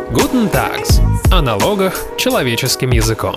Guten Tags. О налогах человеческим языком.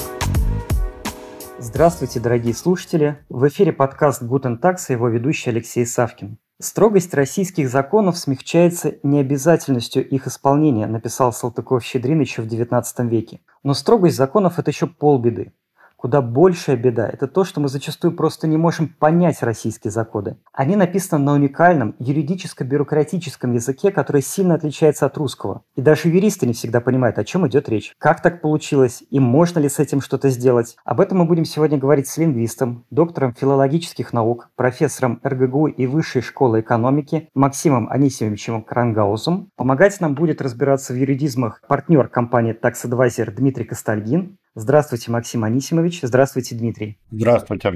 Здравствуйте, дорогие слушатели! В эфире подкаст Guten Tags и его ведущий Алексей Савкин. Строгость российских законов смягчается необязательностью их исполнения, написал Салтыков-Щедрин еще в XIX веке. Но строгость законов – это еще полбеды. Куда большая беда – это то, что мы зачастую просто не можем понять российские законы. Они написаны на уникальном юридическо-бюрократическом языке, который сильно отличается от русского. И даже юристы не всегда понимают, о чем идет речь. Как так получилось и можно ли с этим что-то сделать? Об этом мы будем сегодня говорить с лингвистом, доктором филологических наук, профессором РГГУ и Высшей школы экономики Максимом Анисимовичем Крангаузом. Помогать нам будет разбираться в юридизмах партнер компании Tax Advisor Дмитрий Костальгин. Здравствуйте, Максим Анисимович. Здравствуйте, Дмитрий. Здравствуйте.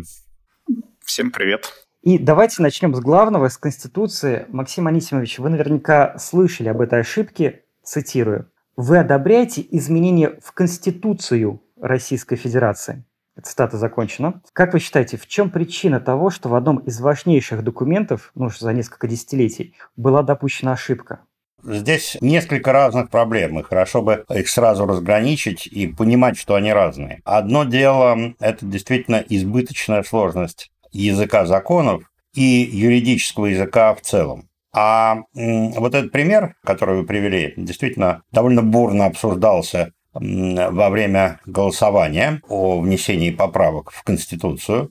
Всем привет. И давайте начнем с главного, с Конституции. Максим Анисимович, вы наверняка слышали об этой ошибке, цитирую. «Вы одобряете изменения в Конституцию Российской Федерации?» Цитата закончена. Как вы считаете, в чем причина того, что в одном из важнейших документов, за несколько десятилетий, была допущена ошибка? Здесь несколько разных проблем, и хорошо бы их сразу разграничить и понимать, что они разные. Одно дело – это действительно избыточная сложность языка законов и юридического языка в целом. А вот этот пример, который вы привели, действительно довольно бурно обсуждался во время голосования о внесении поправок в Конституцию.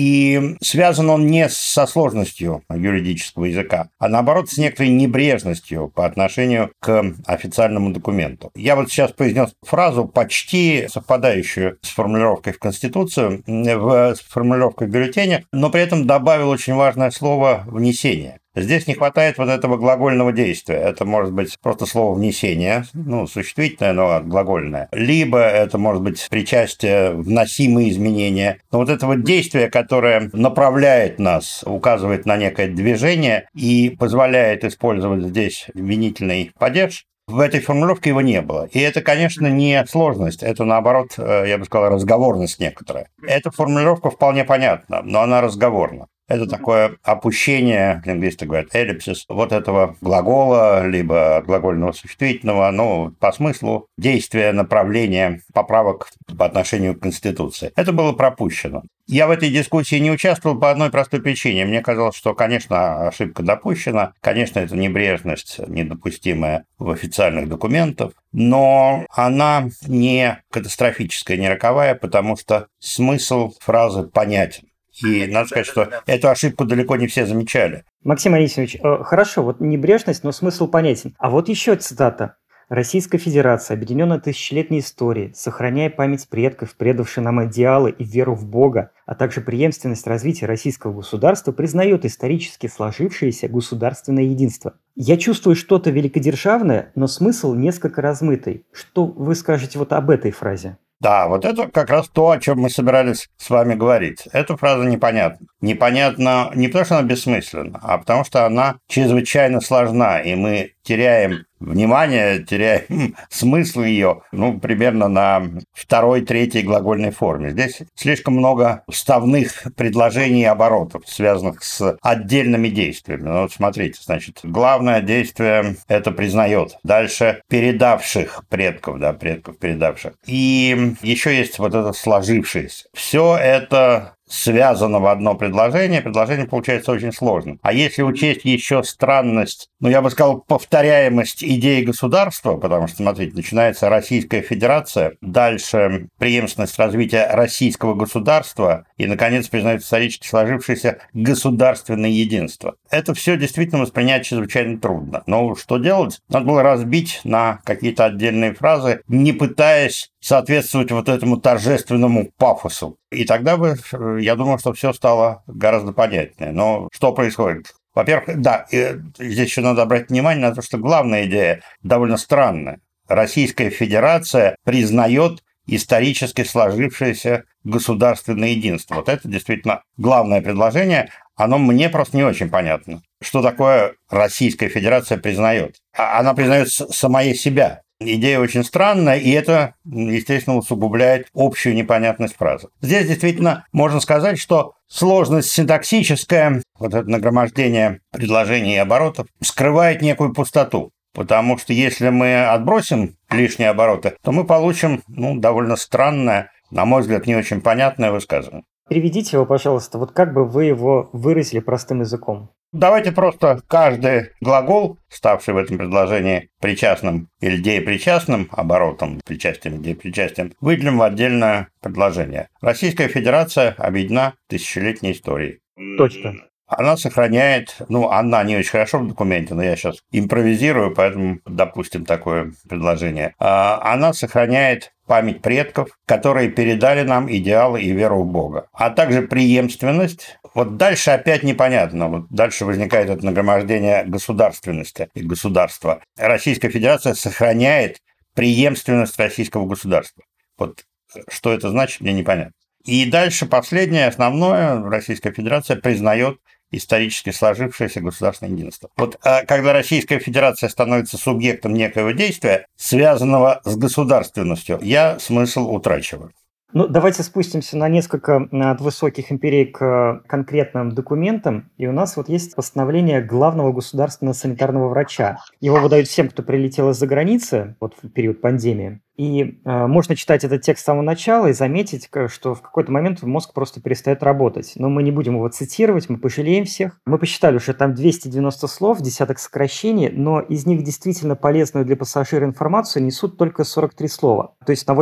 И связан он не со сложностью юридического языка, а наоборот с некоторой небрежностью по отношению к официальному документу. Я вот сейчас произнес фразу, почти совпадающую с формулировкой в Конституцию, с формулировкой в бюллетенях, но при этом добавил очень важное слово «внесение». Здесь не хватает вот этого глагольного действия. Это может быть просто слово «внесение», существительное, но глагольное. Либо это может быть причастие, вносимые изменения. Но вот это вот действие, которое направляет нас, указывает на некое движение и позволяет использовать здесь винительный падеж, в этой формулировке его не было. И это, конечно, не сложность, это, наоборот, я бы сказал, разговорность некоторая. Эта формулировка вполне понятна, но она разговорна. Это такое опущение, лингвисты говорят, эллипсис, вот этого глагола, либо глагольного существительного, по смыслу действия, направления поправок по отношению к Конституции. Это было пропущено. Я в этой дискуссии не участвовал по одной простой причине. Мне казалось, что, конечно, ошибка допущена, конечно, это небрежность недопустимая в официальных документах, но она не катастрофическая, не роковая, потому что смысл фразы понятен. И надо сказать, что эту ошибку далеко не все замечали. Максим Анисимович, хорошо, небрежность, но смысл понятен. А вот еще цитата. «Российская Федерация, объединенная тысячелетней историей, сохраняя память предков, предавших нам идеалы и веру в Бога, а также преемственность развития российского государства, признает исторически сложившееся государственное единство». Я чувствую что-то великодержавное, но смысл несколько размытый. Что вы скажете об этой фразе? Да, вот это как раз то, о чем мы собирались с вами говорить. Эта фраза непонятна. Непонятна не потому, что она бессмысленна, а потому, что она чрезвычайно сложна, и мы теряем внимание, теряем смысл ее, примерно на второй-третьей глагольной форме. Здесь слишком много вставных предложений и оборотов, связанных с отдельными действиями. Смотрите, главное действие – это признает. Дальше передавших предков, предков передавших. И еще есть вот это сложившееся. Все это связано в одно предложение получается очень сложным. А если учесть еще странность, я бы сказал, повторяемость идеи государства, потому что, смотрите, начинается Российская Федерация, дальше преемственность развития российского государства и, наконец, признается исторически сложившееся государственное единство. Это все действительно воспринять чрезвычайно трудно. Но что делать? Надо было разбить на какие-то отдельные фразы, не пытаясь соответствовать вот этому торжественному пафосу. И тогда бы, я думаю, что все стало гораздо понятнее. Но что происходит? Во-первых, здесь еще надо обратить внимание на то, что главная идея довольно странная. Российская Федерация признает исторически сложившееся государственное единство. Вот это действительно главное предложение. Оно мне просто не очень понятно. Что такое Российская Федерация признает? Она признает самое себя. Идея очень странная, и это, естественно, усугубляет общую непонятность фразы. Здесь действительно можно сказать, что сложность синтаксическая, вот это нагромождение предложений и оборотов, скрывает некую пустоту. Потому что если мы отбросим лишние обороты, то мы получим довольно странное, на мой взгляд, не очень понятное высказывание. Переведите его, пожалуйста, вот как бы вы его выразили простым языком. Давайте просто каждый глагол, ставший в этом предложении причастным или деепричастным оборотом, причастием, деепричастием, выделим в отдельное предложение. Российская Федерация объединена тысячелетней историей. Точка. Она сохраняет, она не очень хорошо в документе, но я сейчас импровизирую, поэтому допустим такое предложение. Она сохраняет память предков, которые передали нам идеалы и веру в Бога, а также преемственность. Вот дальше опять непонятно. Вот дальше возникает это нагромождение государственности и государства. Российская Федерация сохраняет преемственность российского государства. Вот что это значит, мне непонятно. И дальше последнее, основное, Российская Федерация признает исторически сложившееся государственное единство. Вот когда Российская Федерация становится субъектом некоего действия, связанного с государственностью, я смысл утрачиваю. Давайте спустимся на несколько от высоких империй к конкретным документам. И у нас вот есть постановление главного государственного санитарного врача. Его выдают всем, кто прилетел из-за границы, вот в период пандемии. И можно читать этот текст с самого начала и заметить, что в какой-то момент мозг просто перестает работать. Но мы не будем его цитировать, мы пожалеем всех. Мы посчитали, что там 290 слов, десяток сокращений, но из них действительно полезную для пассажира информацию несут только 43 слова. То есть на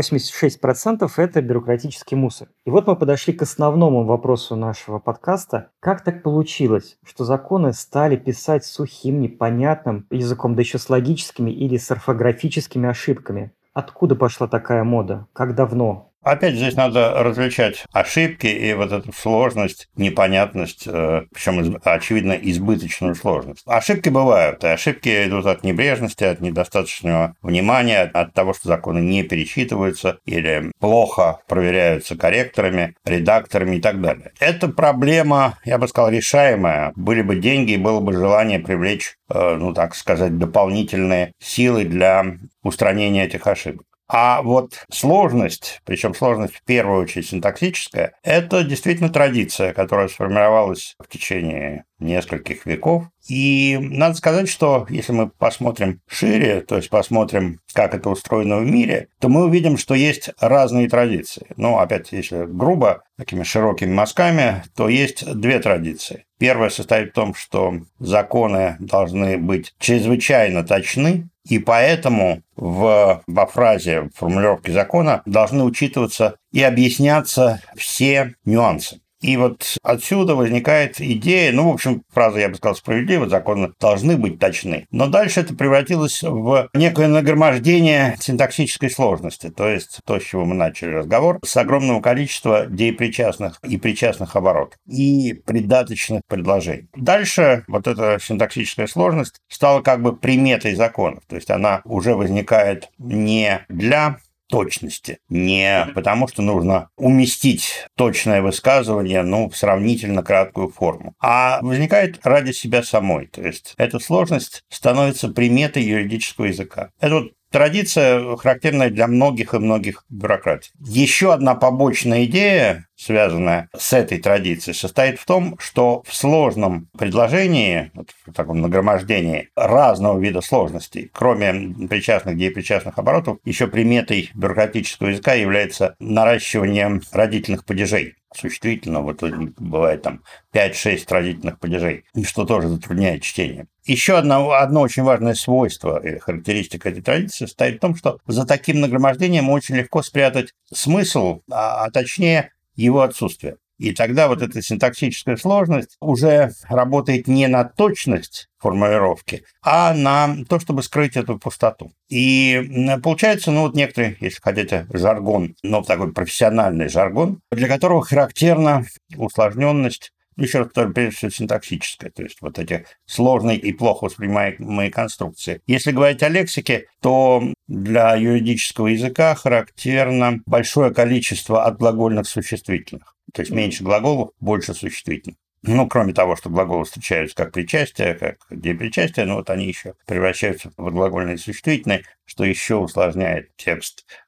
86% это бюрократический мусор. И вот мы подошли к основному вопросу нашего подкаста. Как так получилось, что законы стали писать сухим, непонятным языком, да еще с логическими или с орфографическими ошибками? Откуда пошла такая мода? Как давно? Опять здесь надо различать ошибки и вот эту сложность, непонятность, причем, очевидно, избыточную сложность. Ошибки бывают, и ошибки идут от небрежности, от недостаточного внимания, от того, что законы не перечитываются или плохо проверяются корректорами, редакторами и так далее. Это проблема, я бы сказал, решаемая. Были бы деньги и было бы желание привлечь, так сказать, дополнительные силы для устранения этих ошибок. А вот сложность, причем сложность в первую очередь синтаксическая, это действительно традиция, которая сформировалась в течение нескольких веков. И надо сказать, что если мы посмотрим шире, то есть посмотрим, как это устроено в мире, то мы увидим, что есть разные традиции. Опять, если грубо, такими широкими мазками, то есть две традиции. Первая состоит в том, что законы должны быть чрезвычайно точны, и поэтому во фразе, в формулировке закона должны учитываться и объясняться все нюансы. И вот отсюда возникает идея, в общем, фраза, я бы сказал, справедлива, законы должны быть точны. Но дальше это превратилось в некое нагромождение синтаксической сложности, то есть то, с чего мы начали разговор, с огромного количества деепричастных и причастных оборотов и придаточных предложений. Дальше вот эта синтаксическая сложность стала как бы приметой законов, то есть она уже возникает не для точности. Не потому, что нужно уместить точное высказывание, в сравнительно краткую форму, а возникает ради себя самой. То есть эта сложность становится приметой юридического языка. Это вот традиция, характерная для многих и многих бюрократий. Еще одна побочная идея, связанная с этой традицией, состоит в том, что в сложном предложении, в таком нагромождении разного вида сложностей, кроме причастных, деепричастных оборотов, еще приметой бюрократического языка является наращивание родительных падежей. Существительно, вот бывает там 5-6 родительных падежей, что тоже затрудняет чтение. Еще одно очень важное свойство или характеристика этой традиции состоит в том, что за таким нагромождением очень легко спрятать смысл, а точнее его отсутствие. И тогда вот эта синтаксическая сложность уже работает не на точность формулировки, а на то, чтобы скрыть эту пустоту. И получается, некоторый, если хотите, жаргон, такой профессиональный жаргон, для которого характерна усложненность, еще раз повторю, прежде всего синтаксическая, то есть вот эти сложные и плохо воспринимаемые конструкции. Если говорить о лексике, то для юридического языка характерно большое количество отглагольных существительных. То есть меньше глаголов, больше существительных. Кроме того, что глаголы встречаются как причастие, как деепричастие, они еще превращаются в глагольные существительные, что еще усложняет текст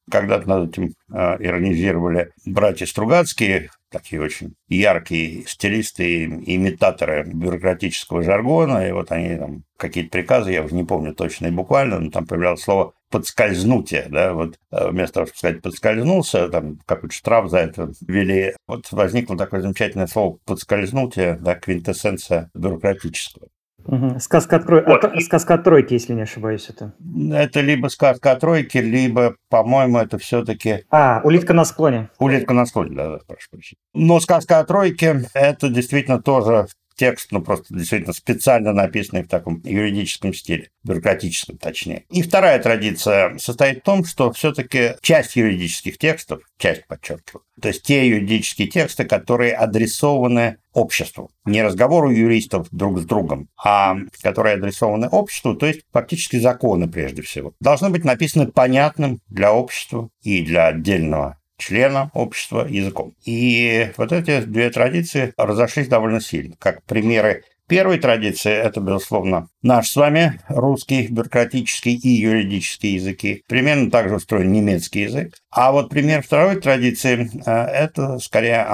Когда-то над этим иронизировали братья Стругацкие, такие очень яркие стилисты и имитаторы бюрократического жаргона, и вот они там какие-то приказы, я уже не помню точно и буквально, но там появлялось слово «подскользнутие», да, вот вместо того, чтобы сказать «подскользнулся», там какой-то штраф за это ввели, вот возникло такое замечательное слово «подскользнутие», да, квинтэссенция бюрократического. Угу. Сказка о тройке, если не ошибаюсь, это. Это либо сказка о тройке, либо, по-моему, это все-таки... «Улитка на склоне». «Улитка на склоне», да, прошу прощения. Но сказка о тройке – это действительно тоже текст, просто действительно специально написанный в таком юридическом стиле, бюрократическом точнее. И вторая традиция состоит в том, что все-таки часть юридических текстов, часть, подчеркиваю, то есть те юридические тексты, которые адресованы обществу, не разговору юристов друг с другом, а которые адресованы обществу, то есть фактически законы прежде всего, должны быть написаны понятным для общества и для отдельного члена общества языком. И вот эти две традиции разошлись довольно сильно. Как примеры первой традиции, это, безусловно, наш с вами русский, бюрократический и юридический языки. Примерно так же устроен немецкий язык. А вот пример второй традиции – это скорее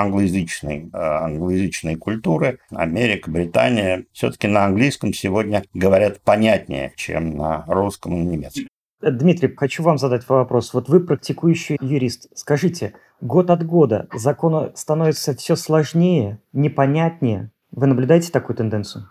англоязычные культуры. Америка, Британия. Все-таки на английском сегодня говорят понятнее, чем на русском и на немецком. Дмитрий, хочу вам задать вопрос. Вот вы практикующий юрист. Скажите, год от года законы становятся все сложнее, непонятнее. Вы наблюдаете такую тенденцию?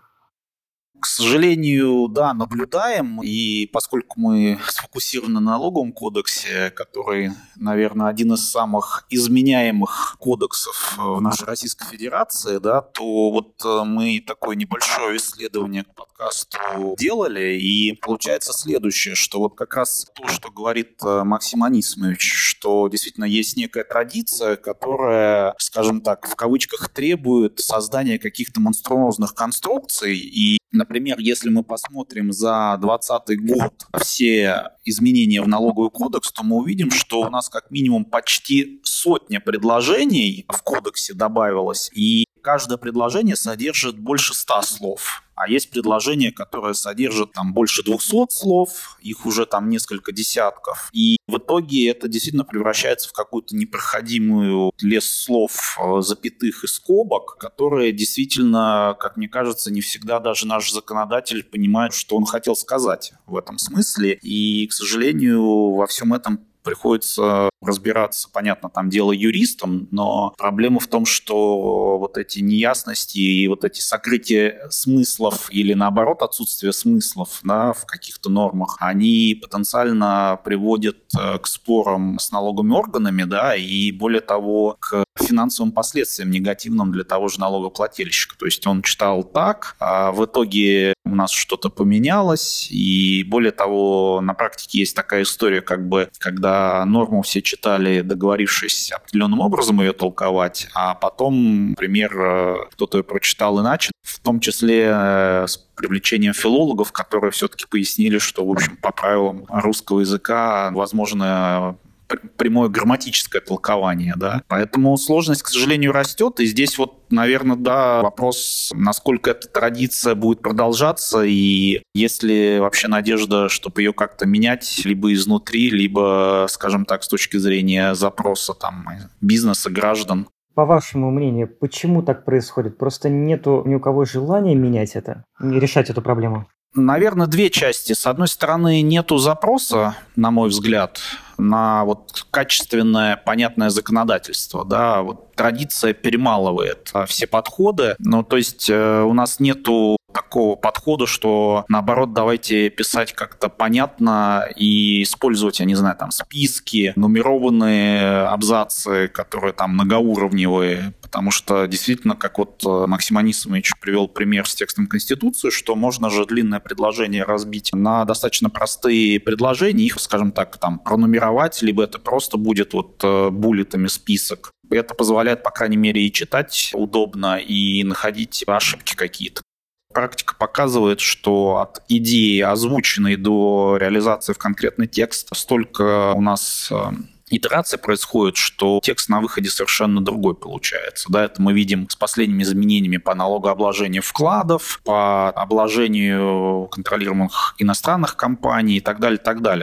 К сожалению, да, наблюдаем, и поскольку мы сфокусированы на налоговом кодексе, который, наверное, один из самых изменяемых кодексов в нашей Российской Федерации, да, то вот мы такое небольшое исследование к подкасту делали, и получается следующее, что вот как раз то, что говорит Максим Анисимович, что действительно есть некая традиция, которая, скажем так, в кавычках требует создания каких-то монструозных конструкций, и например, если мы посмотрим за 2020 год все изменения в налоговый кодекс, то мы увидим, что у нас как минимум почти сотня предложений в кодексе добавилось, и каждое предложение содержит больше 100 слов. А есть предложения, которые содержат там больше 200 слов, их уже там несколько десятков. И в итоге это действительно превращается в какую-то непроходимую лес слов, запятых и скобок, которые действительно, как мне кажется, не всегда даже наш законодатель понимает, что он хотел сказать в этом смысле. И, к сожалению, во всем этом приходится разбираться, понятно, там дело юристам, но проблема в том, что вот эти неясности и вот эти сокрытия смыслов или, наоборот, отсутствие смыслов, да, в каких-то нормах, они потенциально приводят к спорам с налоговыми органами, да, и, более того, к финансовым последствиям негативным для того же налогоплательщика. То есть он читал так, а в итоге у нас что-то поменялось, и, более того, на практике есть такая история, как бы, когда норму все читали, договорившись определенным образом ее толковать, а потом, например, кто-то ее прочитал иначе, в том числе с привлечением филологов, которые все-таки пояснили, что, в общем, по правилам русского языка возможно прямое грамматическое толкование, да. Поэтому сложность, к сожалению, растет, и здесь вот, наверное, да, вопрос, насколько эта традиция будет продолжаться, и есть ли вообще надежда, чтобы ее как-то менять либо изнутри, либо, скажем так, с точки зрения запроса там бизнеса, граждан. По вашему мнению, почему так происходит? Просто нету ни у кого желания менять это, решать эту проблему? Наверное, две части. С одной стороны, нету запроса, на мой взгляд, на вот качественное, понятное законодательство. Да? Вот традиция перемалывает все подходы. Ну, то есть у нас нету такого подхода, что, наоборот, давайте писать как-то понятно и использовать, я не знаю, там списки, нумерованные абзацы, которые там многоуровневые, потому что действительно, как вот Максим Анисимович привел пример с текстом Конституции, что можно же длинное предложение разбить на достаточно простые предложения, их, скажем так, там пронумеровать, либо это просто будет вот буллетами список. Это позволяет, по крайней мере, и читать удобно, и находить ошибки какие-то. Практика показывает, что от идеи, озвученной до реализации в конкретный текст, столько у нас итерация происходит, что текст на выходе совершенно другой получается. Да, это мы видим с последними изменениями по налогообложению вкладов, по обложению контролируемых иностранных компаний и так далее, так далее.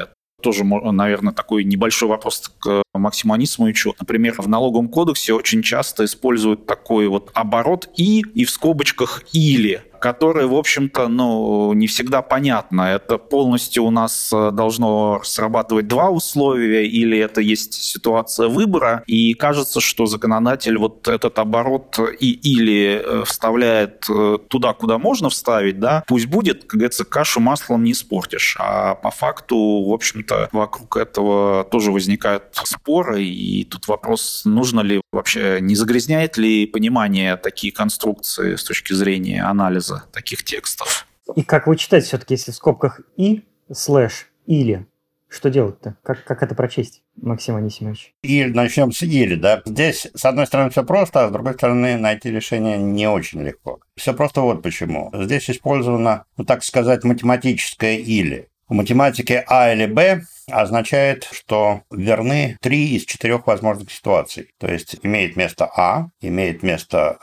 тоже, наверное, такой небольшой вопрос к Максиму Анисимовичу. Например, в налоговом кодексе очень часто используют такой вот оборот и в скобочках «или», которое, в общем-то, не всегда понятно. Это полностью у нас должно срабатывать два условия, или это есть ситуация выбора, и кажется, что законодатель вот этот оборот или вставляет туда, куда можно вставить, да, пусть будет, как говорится, кашу маслом не испортишь. А по факту, в общем-то, вокруг этого тоже возникают споры, и тут вопрос, нужно ли вообще, не загрязняет ли понимание такие конструкции с точки зрения анализа таких текстов. И как вы читаете все-таки, если в скобках «и», слэш, «или», что делать-то? Как это прочесть, Максим Анисимович? И начнем с «или», да. Здесь, с одной стороны, все просто, а с другой стороны, найти решение не очень легко. Все просто вот почему. Здесь использовано, так сказать, математическое «или». В математике А или Б означает, что верны 3 из 4 возможных ситуаций. То есть имеет место А, имеет место,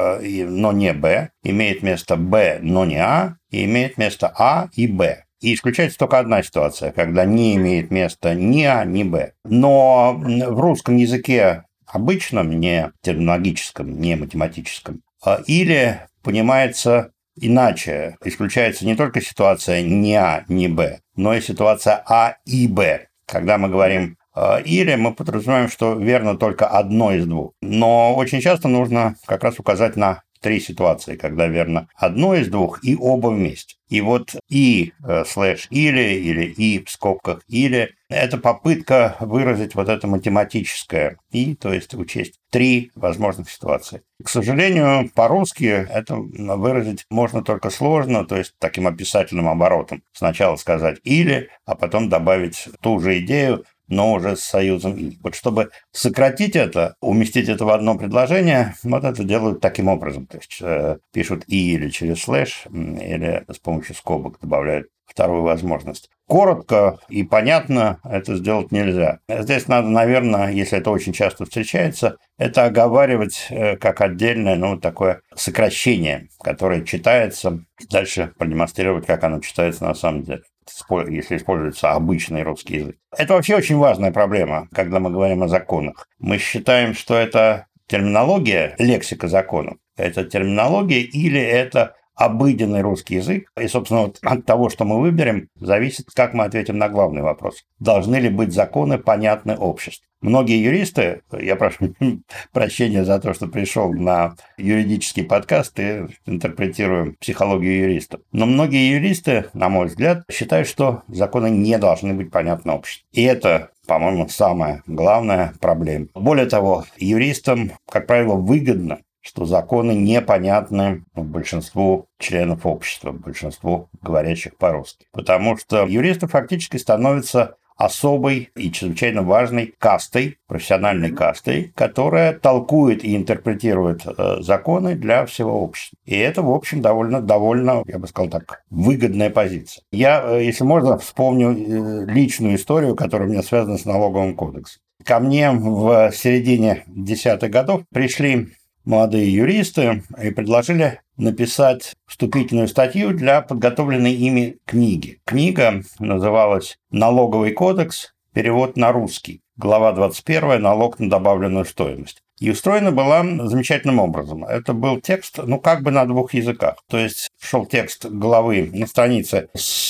но не Б, имеет место Б, но не А, и имеет место А и Б. И исключается только одна ситуация, когда не имеет места ни А, ни Б. Но в русском языке обычном, не терминологическом, не математическом, или понимается иначе. Исключается не только ситуация ни А, ни Б, но и ситуация А и Б. Когда мы говорим «или», мы подразумеваем, что верно только одно из двух. Но очень часто нужно как раз указать на 3 ситуации, когда верно одно из двух и оба вместе. И вот «и» слэш или «и» в скобках «или» – это попытка выразить вот это математическое «и», то есть учесть 3 возможных ситуации. К сожалению, по-русски это выразить можно только сложно, то есть таким описательным оборотом. Сначала сказать «или», а потом добавить ту же идею, но уже с союзом «и». Вот чтобы сократить это, уместить это в одно предложение, вот это делают таким образом. То есть пишут «и» или через слэш, или с помощью скобок добавляют вторую возможность. Коротко и понятно это сделать нельзя. Здесь надо, наверное, если это очень часто встречается, это оговаривать как отдельное, такое сокращение, которое читается, и дальше продемонстрировать, как оно читается на самом деле, если используется обычный русский язык. Это вообще очень важная проблема, когда мы говорим о законах. Мы считаем, что это терминология, лексика законов. Это терминология или это обыденный русский язык. И, собственно, вот от того, что мы выберем, зависит, как мы ответим на главный вопрос. Должны ли быть законы понятны обществу? Многие юристы, я прошу прощения за то, что пришел на юридический подкаст и интерпретирую психологию юристов, но многие юристы, на мой взгляд, считают, что законы не должны быть понятны обществу. И это, по-моему, самая главная проблема. Более того, юристам, как правило, выгодно, что законы непонятны большинству членов общества, большинству говорящих по-русски. Потому что юристы фактически становятся особой и чрезвычайно важной кастой, профессиональной кастой, которая толкует и интерпретирует законы для всего общества. И это, в общем, довольно, я бы сказал так, выгодная позиция. Я, если можно, вспомню личную историю, которая у меня связана с налоговым кодексом. Ко мне в середине 10-х годов пришли молодые юристы и предложили написать вступительную статью для подготовленной ими книги. Книга называлась «Налоговый кодекс. Перевод на русский». Глава 21 «Налог на добавленную стоимость». И устроена была замечательным образом. Это был текст, как бы на 2 языках. То есть шел текст главы на странице,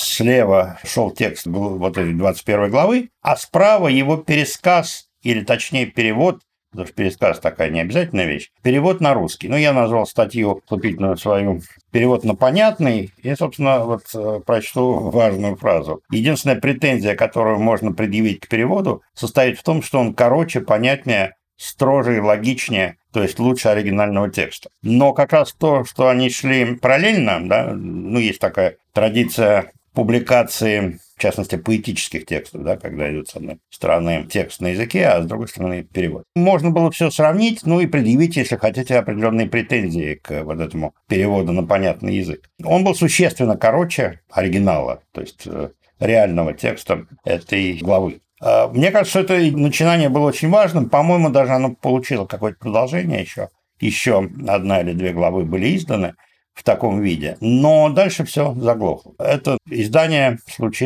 слева шел текст вот этой 21 главы, а справа его пересказ, или точнее перевод, потому что пересказ такая необязательная вещь. Перевод на русский. Я назвал статью вступительную свою «Перевод на понятный», и, собственно, прочту важную фразу. Единственная претензия, которую можно предъявить к переводу, состоит в том, что он короче, понятнее, строже и логичнее, то есть лучше оригинального текста. Но как раз то, что они шли параллельно, есть такая традиция публикации, в частности, поэтических текстов, когда идет с одной стороны текст на языке, а с другой стороны перевод. Можно было все сравнить, и предъявить, если хотите, определенные претензии к вот этому переводу на понятный язык. Он был существенно короче оригинала, то есть реального текста этой главы. Мне кажется, что это начинание было очень важным. По-моему, даже оно получило какое-то продолжение еще. Еще 1 или 2 главы были изданы в таком виде. Но дальше все заглохло. Это издание случилось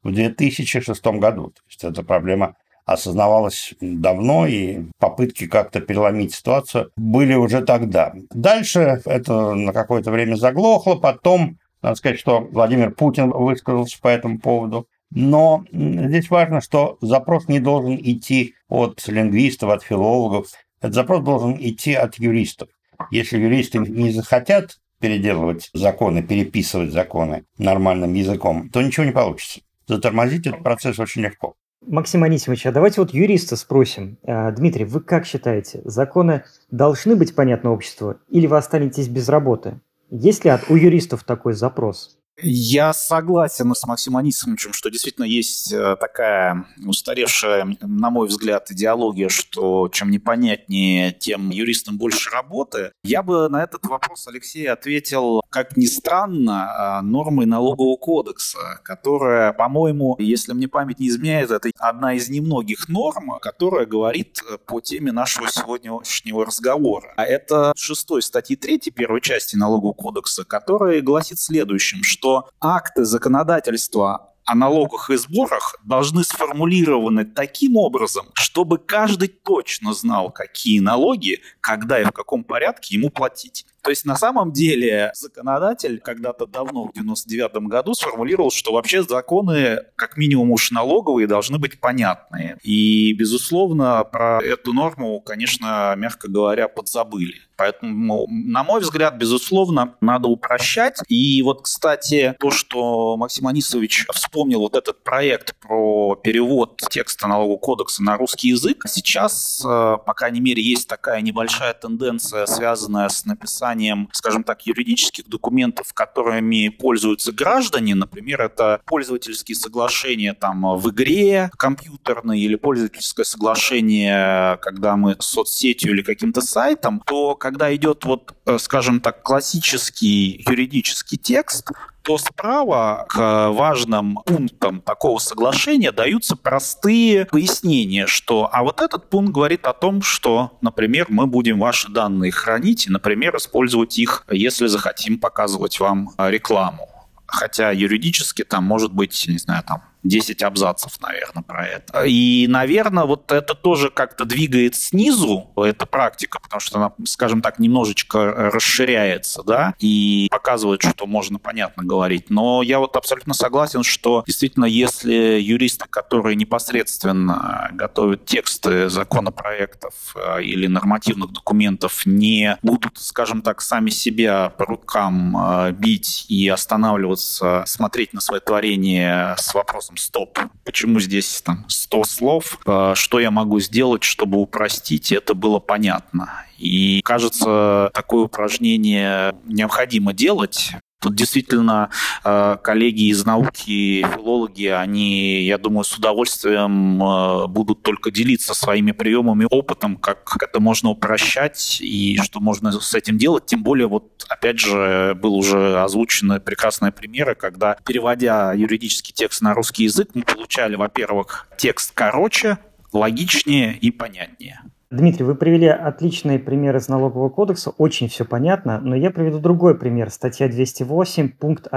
в 2006 году. То есть эта проблема осознавалась давно, и попытки как-то переломить ситуацию были уже тогда. Дальше это на какое-то время заглохло, потом, надо сказать, что Владимир Путин высказался по этому поводу. Но здесь важно, что запрос не должен идти от лингвистов, от филологов. Этот запрос должен идти от юристов. Если юристы не захотят переделывать законы, переписывать законы нормальным языком, то ничего не получится. Затормозить этот процесс очень легко. Максим Анисимович, а давайте вот юриста спросим. Дмитрий, вы как считаете, законы должны быть понятны обществу или вы останетесь без работы? Есть ли у юристов такой запрос? Я согласен с Максимом Анисимовичем, что действительно есть такая устаревшая, на мой взгляд, идеология, что чем непонятнее, тем юристам больше работы. Я бы на этот вопрос, Алексей, ответил, как ни странно, нормой налогового кодекса, которая, по-моему, если мне память не изменяет, это одна из немногих норм, которая говорит по теме нашего сегодняшнего разговора. А это 6 статьи 3 первой части налогового кодекса, которая гласит следующим, что акты законодательства о налогах и сборах должны сформулированы таким образом, чтобы каждый точно знал, какие налоги, когда и в каком порядке ему платить. То есть на самом деле законодатель когда-то давно, в 1999 году, сформулировал, что вообще законы, как минимум уж налоговые, должны быть понятные. И, безусловно, про эту норму, конечно, мягко говоря, подзабыли. Поэтому, на мой взгляд, безусловно, надо упрощать. И вот, кстати, то, что Максим Анисович вспомнил вот этот проект про перевод текста налогового кодекса на русский язык, сейчас, по крайней мере, есть такая небольшая тенденция, связанная с написанием, скажем так, юридических документов, которыми пользуются граждане. Например, это пользовательские соглашения там в игре компьютерной или пользовательское соглашение, когда мы с соцсетью или каким-то сайтом, то когда идет вот, скажем так, классический юридический текст, то справа к важным пунктам такого соглашения даются простые пояснения, что а вот этот пункт говорит о том, что, например, мы будем ваши данные хранить и, например, использовать их, если захотим показывать вам рекламу. Хотя юридически там может быть, не знаю, там 10 абзацев, наверное, про это. И, наверное, вот это тоже как-то двигает снизу, эта практика, потому что она, скажем так, немножечко расширяется, да, и показывает, что можно понятно говорить. Но я вот абсолютно согласен, что действительно, если юристы, которые непосредственно готовят тексты законопроектов или нормативных документов, не будут, скажем так, сами себя по рукам бить и останавливаться, смотреть на свое творение с вопросом «стоп». Почему здесь там 100 слов? Что я могу сделать, чтобы упростить? Это было понятно. И, кажется, такое упражнение необходимо делать. Тут действительно коллеги из науки, филологи, они, я думаю, с удовольствием будут только делиться своими приемами, опытом, как это можно упрощать и что можно с этим делать. Тем более, вот опять же, был уже озвучены прекрасные примеры, когда, переводя юридический текст на русский язык, мы получали, во-первых, текст короче, логичнее и понятнее. Дмитрий, вы привели отличный пример из налогового кодекса, очень все понятно, но я приведу другой пример. Статья 208, пункт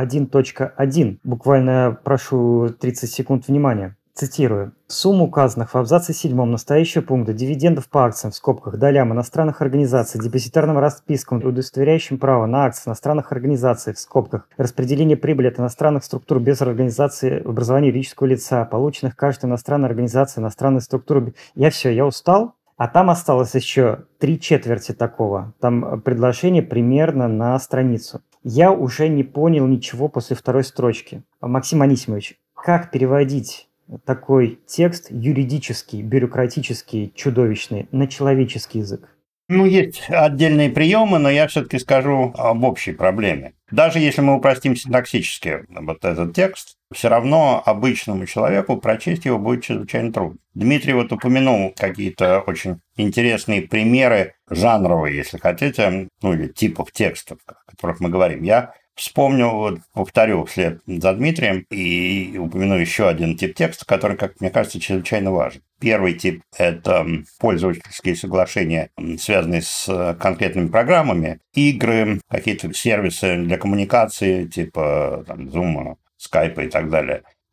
1.1. Буквально прошу 30 секунд внимания. Цитирую. Сумма указанных в абзаце 7 настоящего пункта дивидендов по акциям в скобках долям иностранных организаций, депозитарным распискам, удостоверяющим право на акции иностранных организаций в скобках, распределение прибыли от иностранных структур без организации образования юридического лица, полученных каждой иностранной организации, иностранной структуры. Я устал. А там осталось еще 3/4 такого. Там предложение примерно на страницу. Я уже не понял ничего после второй строчки. Максим Анисимович, как переводить такой текст юридический, бюрократический, чудовищный на человеческий язык? Есть отдельные приемы, но я все-таки скажу об общей проблеме. Даже если мы упростим синтаксически вот этот текст, все равно обычному человеку прочесть его будет чрезвычайно трудно. Дмитрий вот упомянул какие-то очень интересные примеры жанровые, если хотите, или типов текстов, о которых мы говорим. Я вспомню, повторю вслед за Дмитрием и упомяну еще один тип текста, который, как мне кажется, чрезвычайно важен. Первый тип – это пользовательские соглашения, связанные с конкретными программами, игры, какие-то сервисы для коммуникации, типа Zoom, Skype и так далее.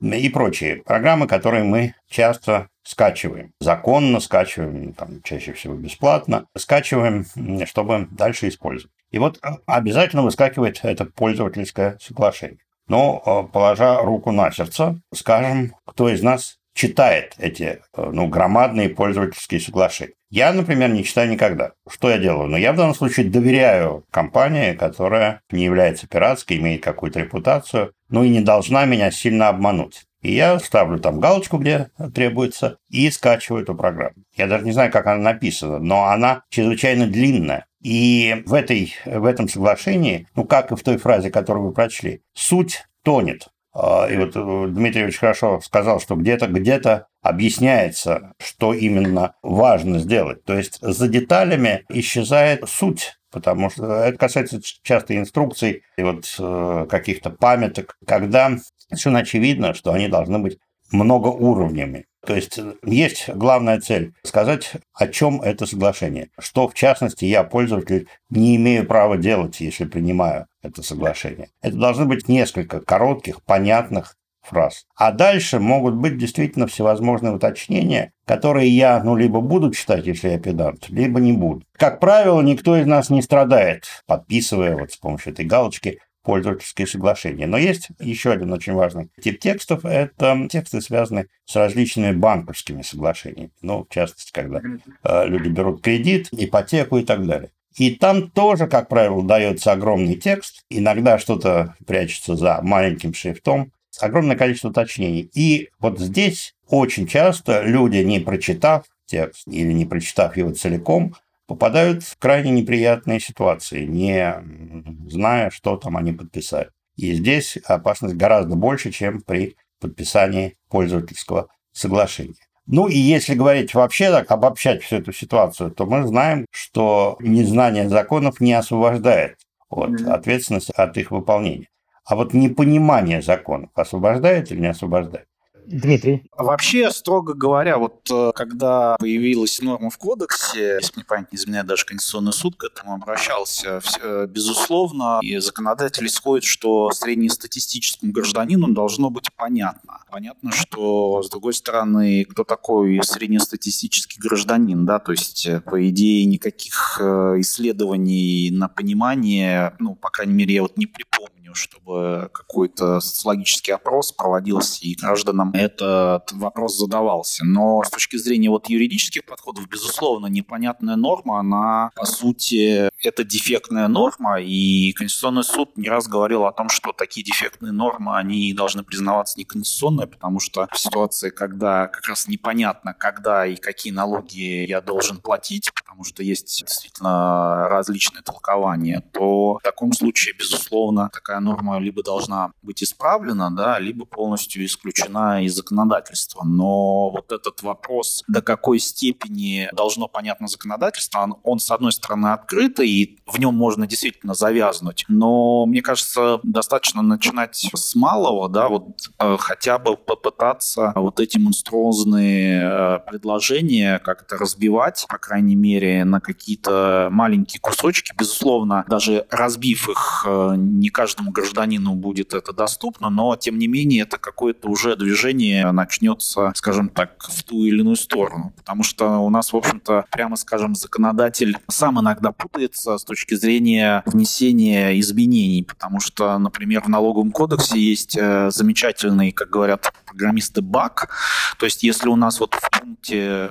и прочие программы, которые мы часто скачиваем. Законно скачиваем, там, чаще всего бесплатно. Скачиваем, чтобы дальше использовать. И вот обязательно выскакивает это пользовательское соглашение. Но, положа руку на сердце, скажем, кто из нас читает эти громадные пользовательские соглашения. Я, например, не читаю никогда. Что я делаю? Я в данном случае доверяю компании, которая не является пиратской, имеет какую-то репутацию, и не должна меня сильно обмануть. И я ставлю там галочку, где требуется, и скачиваю эту программу. Я даже не знаю, как она написана, но она чрезвычайно длинная. И в этом соглашении, как и в той фразе, которую вы прочли, суть тонет. И вот Дмитрий очень хорошо сказал, что где-то объясняется, что именно важно сделать. То есть за деталями исчезает суть, потому что это касается часто инструкций и каких-то памяток, когда совершенно очевидно, что они должны быть многоуровнями. То есть главная цель – сказать, о чем это соглашение. Что, в частности, я, пользователь, не имею права делать, если принимаю это соглашение. Это должны быть несколько коротких, понятных фраз. А дальше могут быть действительно всевозможные уточнения, которые я, либо буду читать, если я педант, либо не буду. Как правило, никто из нас не страдает, подписывая с помощью этой галочки пользовательские соглашения. Но есть еще один очень важный тип текстов. Это тексты, связанные с различными банковскими соглашениями. В частности, когда люди берут кредит, ипотеку и так далее. И там тоже, как правило, дается огромный текст. Иногда что-то прячется за маленьким шрифтом. Огромное количество уточнений. И вот здесь очень часто люди, не прочитав текст или не прочитав его целиком, попадают в крайне неприятные ситуации, не зная, что там они подписали. И здесь опасность гораздо больше, чем при подписании пользовательского соглашения. И если говорить вообще так, обобщать всю эту ситуацию, то мы знаем, что незнание законов не освобождает от ответственности от их выполнения. А вот непонимание законов освобождает или не освобождает? Дмитрий. Вообще, строго говоря, когда появилась норма в кодексе, если мне память не изменяет, даже Конституционный суд к этому обращался, безусловно, и законодатель исходит, что среднестатистическому гражданину должно быть понятно. Понятно, что, с другой стороны, кто такой среднестатистический гражданин, да, то есть, по идее, никаких исследований на понимание, по крайней мере, я не припомню, чтобы какой-то социологический опрос проводился, и гражданам этот вопрос задавался. Но с точки зрения юридических подходов, безусловно, непонятная норма, она, по сути, это дефектная норма, и Конституционный суд не раз говорил о том, что такие дефектные нормы, они должны признаваться неконституционными, потому что в ситуации, когда как раз непонятно, когда и какие налоги я должен платить, потому что есть действительно различные толкования, то в таком случае, безусловно, такая норма либо должна быть исправлена, да, либо полностью исключена из законодательства. Но этот вопрос, до какой степени должно понятно законодательство, он, с одной стороны, открытый, и в нем можно действительно завязнуть. Но, мне кажется, достаточно начинать с малого, да, хотя бы попытаться эти монструозные предложения как-то разбивать, по крайней мере, на какие-то маленькие кусочки. Безусловно, даже разбив их, не каждому гражданину будет это доступно, но, тем не менее, это какое-то уже движение начнется, скажем так, в ту или иную сторону. Потому что у нас, в общем-то, прямо скажем, законодатель сам иногда путается с точки зрения внесения изменений. Потому что, например, в налоговом кодексе есть замечательный, как говорят программисты, баг. То есть, если у нас в пункте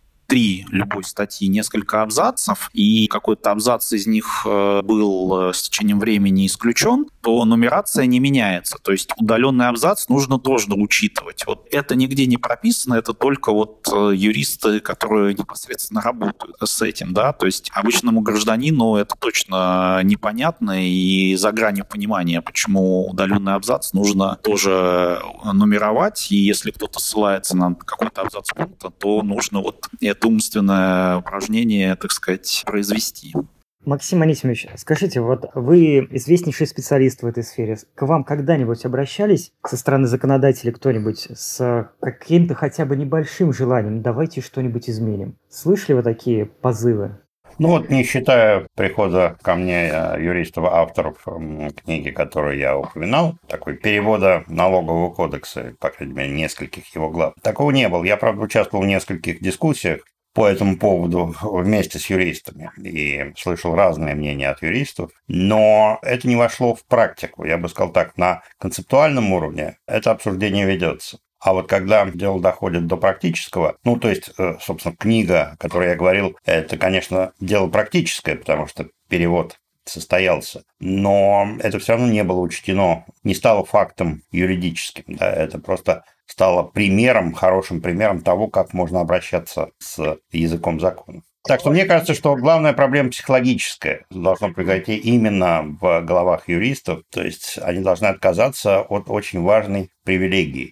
3 любой статьи несколько абзацев, и какой-то абзац из них был с течением времени исключен, то нумерация не меняется. То есть удаленный абзац нужно тоже учитывать. Это нигде не прописано, это только юристы, которые непосредственно работают с этим, да, то есть обычному гражданину это точно непонятно и за гранью понимания, почему удаленный абзац нужно тоже нумеровать, и если кто-то ссылается на какой-то абзац пункта, то нужно это умственное упражнение, так сказать, произвести. Максим Анисимович, скажите, вы известнейший специалист в этой сфере. К вам когда-нибудь обращались со стороны законодателей кто-нибудь с каким-то хотя бы небольшим желанием «давайте что-нибудь изменим»? Слышали вы такие позывы? Ну вот, не считая прихода ко мне юристов-авторов книги, которую я упоминал, такой перевода налогового кодекса, по крайней мере, нескольких его глав, такого не было. Я, правда, участвовал в нескольких дискуссиях по этому поводу вместе с юристами и слышал разные мнения от юристов, но это не вошло в практику. Я бы сказал так, на концептуальном уровне это обсуждение ведется. А вот когда дело доходит до практического, ну, то есть, собственно, книга, о которой я говорил, это, конечно, дело практическое, потому что перевод состоялся, но это все равно не было учтено, не стало фактом юридическим, да, это просто стало примером, хорошим примером того, как можно обращаться с языком закона. Так что мне кажется, что главная проблема психологическая должна произойти именно в головах юристов, то есть они должны отказаться от очень важной привилегии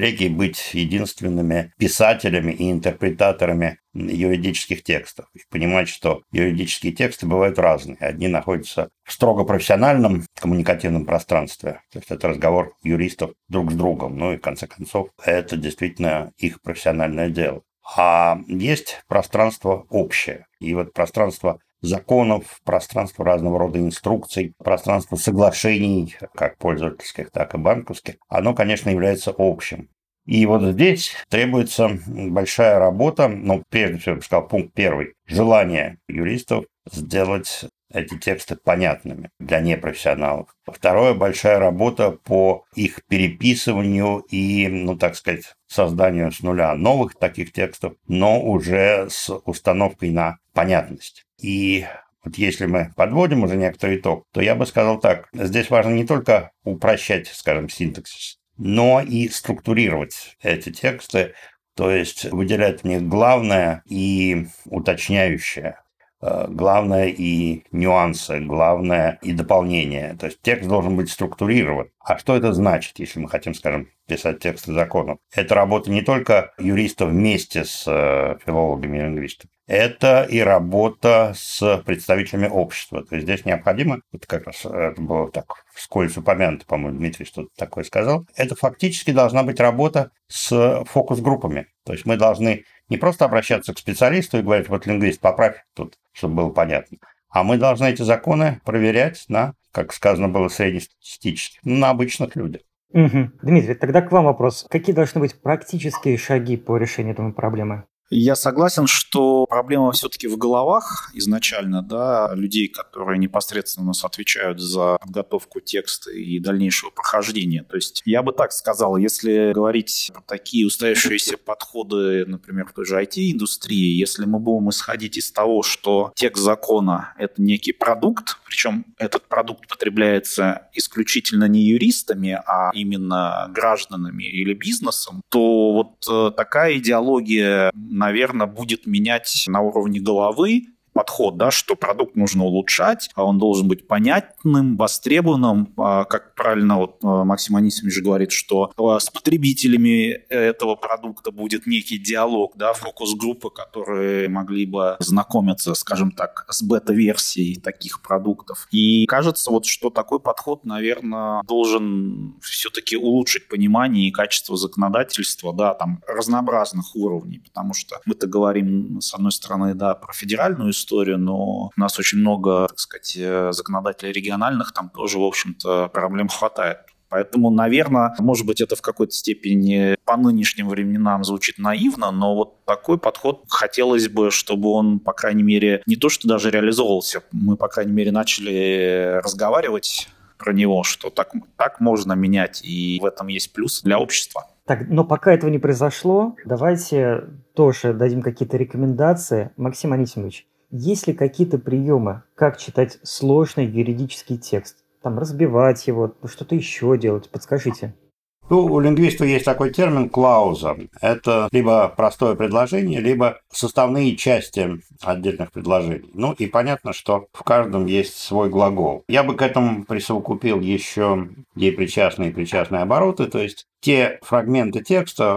быть единственными писателями и интерпретаторами юридических текстов. И понимать, что юридические тексты бывают разные. Одни находятся в строго профессиональном коммуникативном пространстве, то есть это разговор юристов друг с другом. Ну и в конце концов, это действительно их профессиональное дело. А есть пространство общее. И вот пространство законов, пространство разного рода инструкций, пространство соглашений, как пользовательских, так и банковских, оно, конечно, является общим. И вот здесь требуется большая работа, ну, прежде всего, я бы сказал, пункт первый, желание юристов сделать эти тексты понятными для непрофессионалов. Второе, большая работа по их переписыванию и, ну, так сказать, созданию с нуля новых таких текстов, но уже с установкой на понятность. И вот если мы подводим уже некоторый итог, то я бы сказал так, здесь важно не только упрощать, скажем, синтаксис, но и структурировать эти тексты, то есть выделять в них главное и уточняющее, главное и нюансы, главное и дополнение. То есть текст должен быть структурирован. А что это значит, если мы хотим, скажем, писать тексты законов? Это работа не только юристов вместе с филологами и лингвистами. Это и работа с представителями общества. То есть здесь необходимо, вот как раз это было так вскользь упомянуто, по-моему, Дмитрий что-то такое сказал, это фактически должна быть работа с фокус-группами. То есть мы должны не просто обращаться к специалисту и говорить, вот лингвист, поправь тут, чтобы было понятно, а мы должны эти законы проверять на, как сказано было, среднестатистических, на обычных людях. Угу. Дмитрий, тогда к вам вопрос. Какие должны быть практические шаги по решению этой проблемы? Я согласен, что проблема все-таки в головах изначально, да, людей, которые непосредственно у нас отвечают за подготовку текста и дальнейшего прохождения. То есть я бы так сказал, если говорить про такие устоявшиеся подходы, например, в той же IT-индустрии, если мы будем исходить из того, что текст закона – это некий продукт, причем этот продукт потребляется исключительно не юристами, а именно гражданами или бизнесом, то вот такая идеология, наверное, будет менять на уровне головы подход, да, что продукт нужно улучшать, а он должен быть понятным, востребованным, как правильно вот Максим Анисимович же говорит, что с потребителями этого продукта будет некий диалог, да, фокус-группы, которые могли бы знакомиться, скажем так, с бета-версией таких продуктов. И кажется, вот, что такой подход, наверное, должен все-таки улучшить понимание и качество законодательства, да, там, разнообразных уровней, потому что мы-то говорим, с одной стороны, да, про федеральную историю, но у нас очень много, так сказать, законодателей региональных, там тоже, в общем-то, проблем хватает. Поэтому, наверное, может быть, это в какой-то степени по нынешним временам звучит наивно, но вот такой подход хотелось бы, чтобы он, по крайней мере, не то что даже реализовывался, мы, по крайней мере, начали разговаривать про него, что так можно менять, и в этом есть плюс для общества. Так, но пока этого не произошло, давайте тоже дадим какие-то рекомендации. Максим Анисимович, есть ли какие-то приемы, как читать сложный юридический текст? Там разбивать его, что-то еще делать? Подскажите. Ну, у лингвистов есть такой термин «клауза». Это либо простое предложение, либо составные части отдельных предложений. Ну, и понятно, что в каждом есть свой глагол. Я бы к этому присовокупил еще деепричастные и причастные обороты, то есть те фрагменты текста,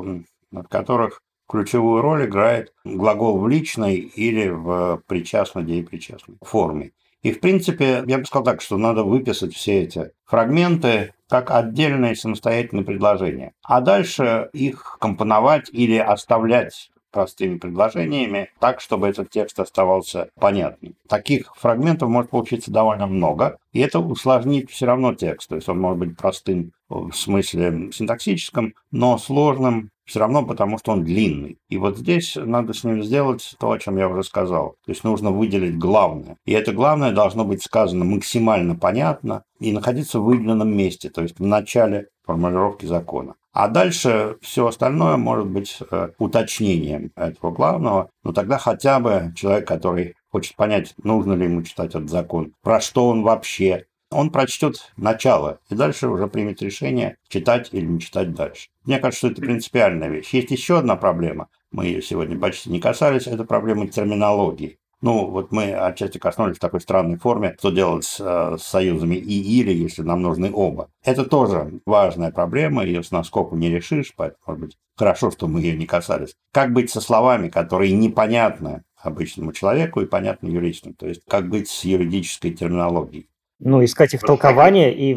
в которых ключевую роль играет глагол в личной или в причастно-деепричастной форме. И, в принципе, я бы сказал так, что надо выписать все эти фрагменты как отдельные самостоятельные предложения, а дальше их компоновать или оставлять простыми предложениями, так, чтобы этот текст оставался понятным. Таких фрагментов может получиться довольно много, и это усложнит все равно текст. То есть он может быть простым в смысле синтаксическом, но сложным все равно, потому что он длинный. И вот здесь надо с ним сделать то, о чем я уже сказал. То есть нужно выделить главное. И это главное должно быть сказано максимально понятно и находиться в выделенном месте, то есть в начале формулировки закона. А дальше все остальное может быть уточнением этого главного. Но тогда хотя бы человек, который хочет понять, нужно ли ему читать этот закон, про что он вообще, он прочтет начало и дальше уже примет решение, читать или не читать дальше. Мне кажется, что это принципиальная вещь. Есть еще одна проблема, мы ее сегодня почти не касались, это проблема терминологии. Вот мы отчасти коснулись в такой странной форме, что делать с союзами и или, если нам нужны оба. Это тоже важная проблема, ее с наскоку не решишь, поэтому, может быть, хорошо, что мы ее не касались. Как быть со словами, которые непонятны обычному человеку и понятны юристам? То есть, как быть с юридической терминологией? Искать их толкование и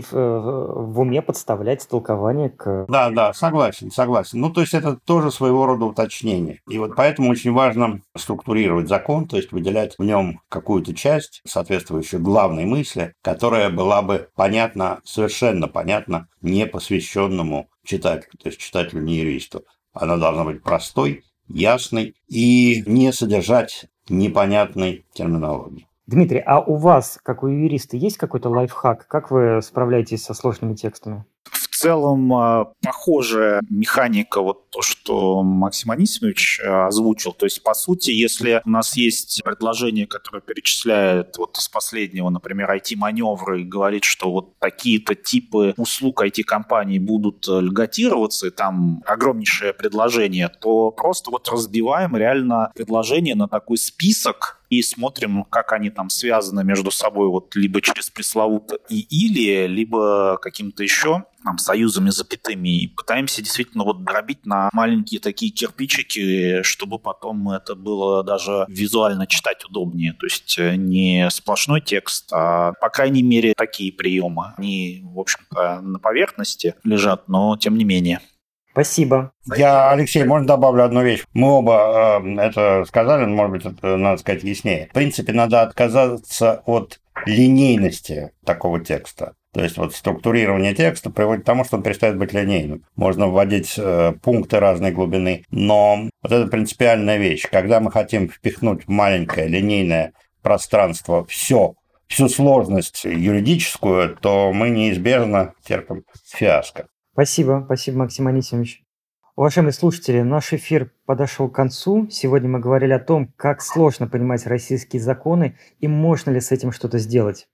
в уме подставлять толкование к... Да, согласен. То есть это тоже своего рода уточнение. И вот поэтому очень важно структурировать закон, то есть выделять в нем какую-то часть, соответствующую главной мысли, которая была бы понятна, совершенно понятна непосвященному читателю, то есть читателю не юристу. Она должна быть простой, ясной и не содержать непонятной терминологии. Дмитрий, а у вас, как у юриста, есть какой-то лайфхак? Как вы справляетесь со сложными текстами? В целом похожая механика, вот то, что Максим Анисимович озвучил. То есть, по сути, если у нас есть предложение, которое перечисляет вот из последнего, например, IT-маневры и говорит, что вот такие-то типы услуг IT-компаний будут льготироваться, и там огромнейшее предложение, то просто вот разбиваем реально предложение на такой список и смотрим, как они там связаны между собой, вот либо через пресловуто или, либо каким-то еще там, союзами, запятыми, и пытаемся действительно вот дробить на маленькие такие кирпичики, чтобы потом это было даже визуально читать удобнее. То есть не сплошной текст, а, по крайней мере, такие приемы. Они, в общем-то, на поверхности лежат, но тем не менее. Спасибо. Алексей, можно добавлю одну вещь? Мы оба это сказали, но, может быть, это надо сказать яснее. В принципе, надо отказаться от линейности такого текста. То есть вот структурирование текста приводит к тому, что он перестает быть линейным. Можно вводить пункты разной глубины, но вот это принципиальная вещь. Когда мы хотим впихнуть в маленькое линейное пространство всю сложность юридическую, то мы неизбежно терпим фиаско. Спасибо, Максим Анисимович. Уважаемые слушатели, наш эфир подошел к концу. Сегодня мы говорили о том, как сложно понимать российские законы и можно ли с этим что-то сделать.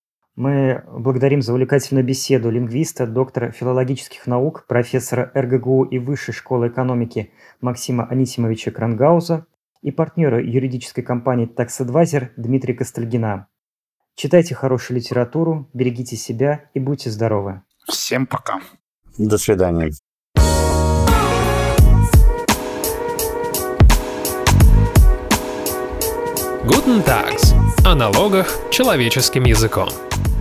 Мы благодарим за увлекательную беседу лингвиста, доктора филологических наук, профессора РГГУ и Высшей школы экономики Максима Анисимовича Крангауза и партнера юридической компании Tax Advisor Дмитрия Костальгина. Читайте хорошую литературу, берегите себя и будьте здоровы. Всем пока. До свидания. Guten Tags. О налогах человеческим языком.